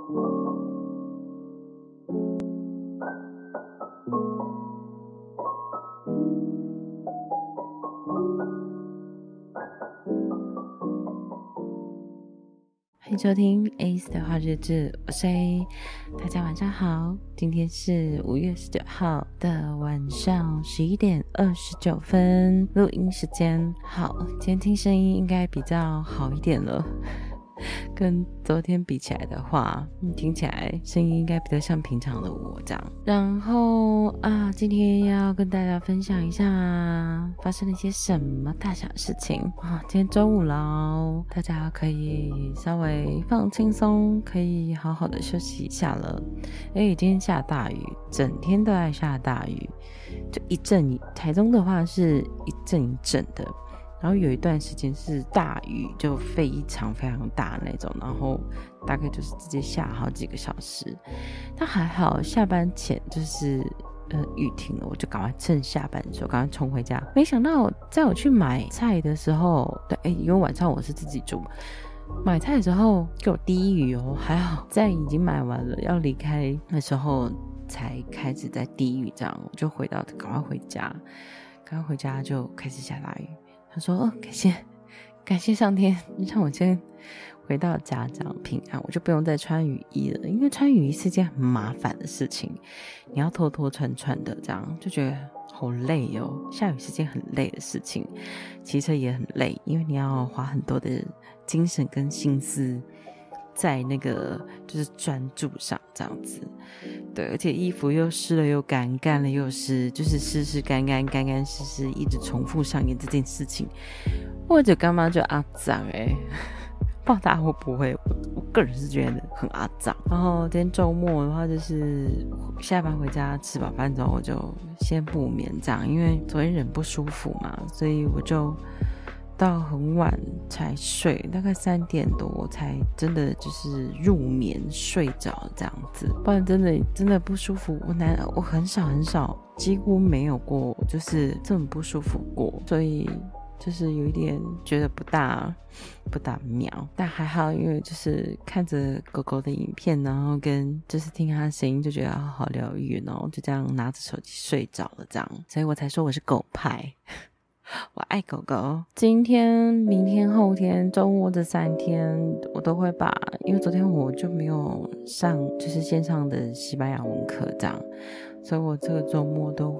欢迎收听 Ace 的话日志，我是 A， 大家晚上好，今天是5月19号的晚上11点29分，录音时间。好，今天听声音应该比较好一点了，跟昨天比起来的话，听起来声音应该比较像平常的我这样。然后今天要跟大家分享一下发生了一些什么大小事情今天周五咯，大家可以稍微放轻松，可以好好的休息一下了。今天下大雨，整天都在下大雨，就一阵，台中的话是一阵一阵的，然后有一段时间是大雨，就非常非常大那种，然后大概就是直接下好几个小时。但还好下班前就是雨停了，我就赶快趁下班的时候赶快冲回家。没想到在我去买菜的时候，对，因为晚上我是自己煮，买菜的时候给我滴雨哦，还好在已经买完了要离开的时候才开始在滴雨，这样我就赶快回家，赶快回家就开始下大雨。他说感谢上天让我先回到家这样平安，我就不用再穿雨衣了，因为穿雨衣是件很麻烦的事情，你要拖拖穿穿的，这样就觉得好累哦。下雨是件很累的事情，骑车也很累，因为你要花很多的精神跟心思在那个就是专注上这样子。对，而且衣服又湿了又干，干了又湿，就是湿湿干干，干干湿湿，一直重复上演这件事情，或者干嘛就阿脏不知道大家会不会，我个人是觉得很阿脏。然后今天周末的话，就是下班回家吃饱饭之后，我就先不眠这样，因为昨天人不舒服嘛，所以我就到很晚才睡，大概3点多我才真的就是入眠睡着这样子，不然真的不舒服。我很少几乎没有过就是这么不舒服过，所以就是有一点觉得不大妙，但还好，因为就是看着狗狗的影片，然后跟就是听它的声音，就觉得好疗愈，然后就这样拿着手机睡着了这样，所以我才说我是狗派我爱狗狗。今天、明天、后天、周末这3天我都会因为昨天我就没有上就是线上的西班牙文课这样，所以我这个周末都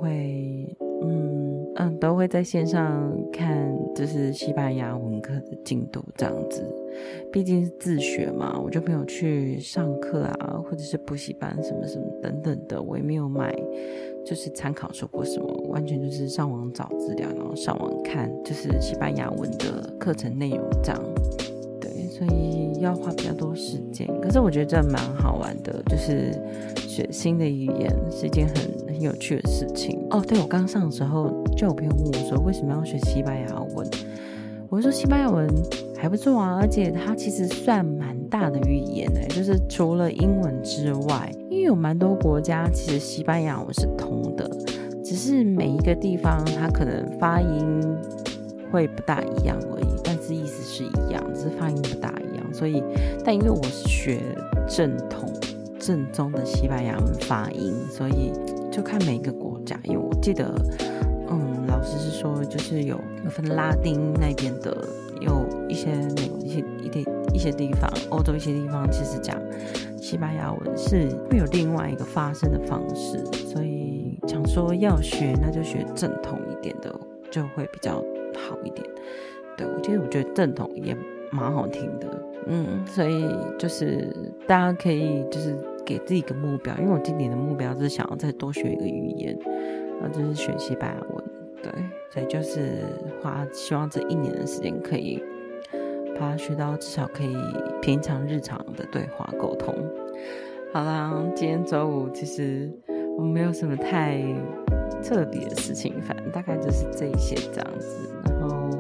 会在线上看就是西班牙文课的进度这样子。毕竟是自学嘛，我就没有去上课或者是补习班什么什么等等的，我也没有买就是参考书或什么，完全就是上网找资料，然后上网看就是西班牙文的课程内容这样。对，所以要花比较多时间，可是我觉得这蛮好玩的，就是学新的语言是一件很有趣的事情。对，我刚上的时候就有朋友问我说为什么要学西班牙文，我说西班牙文还不错而且它其实算蛮大的语言就是除了英文之外，因为有蛮多国家其实西班牙文是通的，只是每一个地方它可能发音会不大一样而已，但是意思是一样，只是发音不大一样。所以但因为我是学正宗的西班牙文发音，所以就看每一个国家，因为我记得老师是说就是有分拉丁那边的，有一些美国一些地方，欧洲一些地方其实讲西班牙文是会有另外一个发声的方式，所以想说要学那就学正统一点的就会比较好一点。对，我觉得正统也蛮好听的。所以就是大家可以就是给自己一个目标，因为我今年的目标是想要再多学一个语言，就是学西班牙文。对，所以就是希望这1年的时间可以把它学到至少可以平常日常的对话沟通。好啦，今天周五其实我没有什么太特别的事情，反正大概就是这一些这样子。然后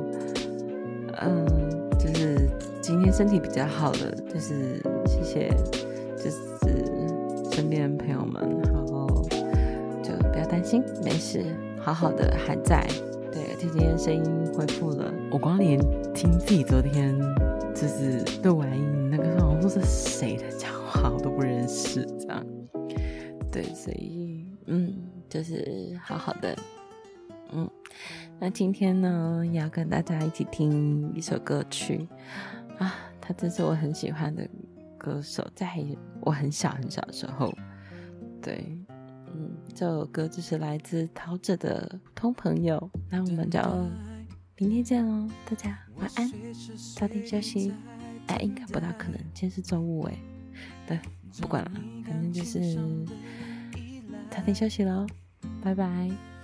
就是今天身体比较好了，就是谢谢就是身边的朋友们，然后就不要担心，没事，好好的还在。对，而且今天声音恢复了，我光连听自己昨天就是录完音那个时候，我说是谁的讲话， 话我都不认识这样。对，所以就是好好的。那今天呢也要跟大家一起听一首歌曲啊，他真是我很喜欢的歌手，在我很小很小的时候。对，这首歌就是来自陶喆的《普通朋友》。那我们就明天见咯，大家晚安，早点休息。应该不大可能，今天是周五对，不管了，反正就是早点休息咯，拜拜。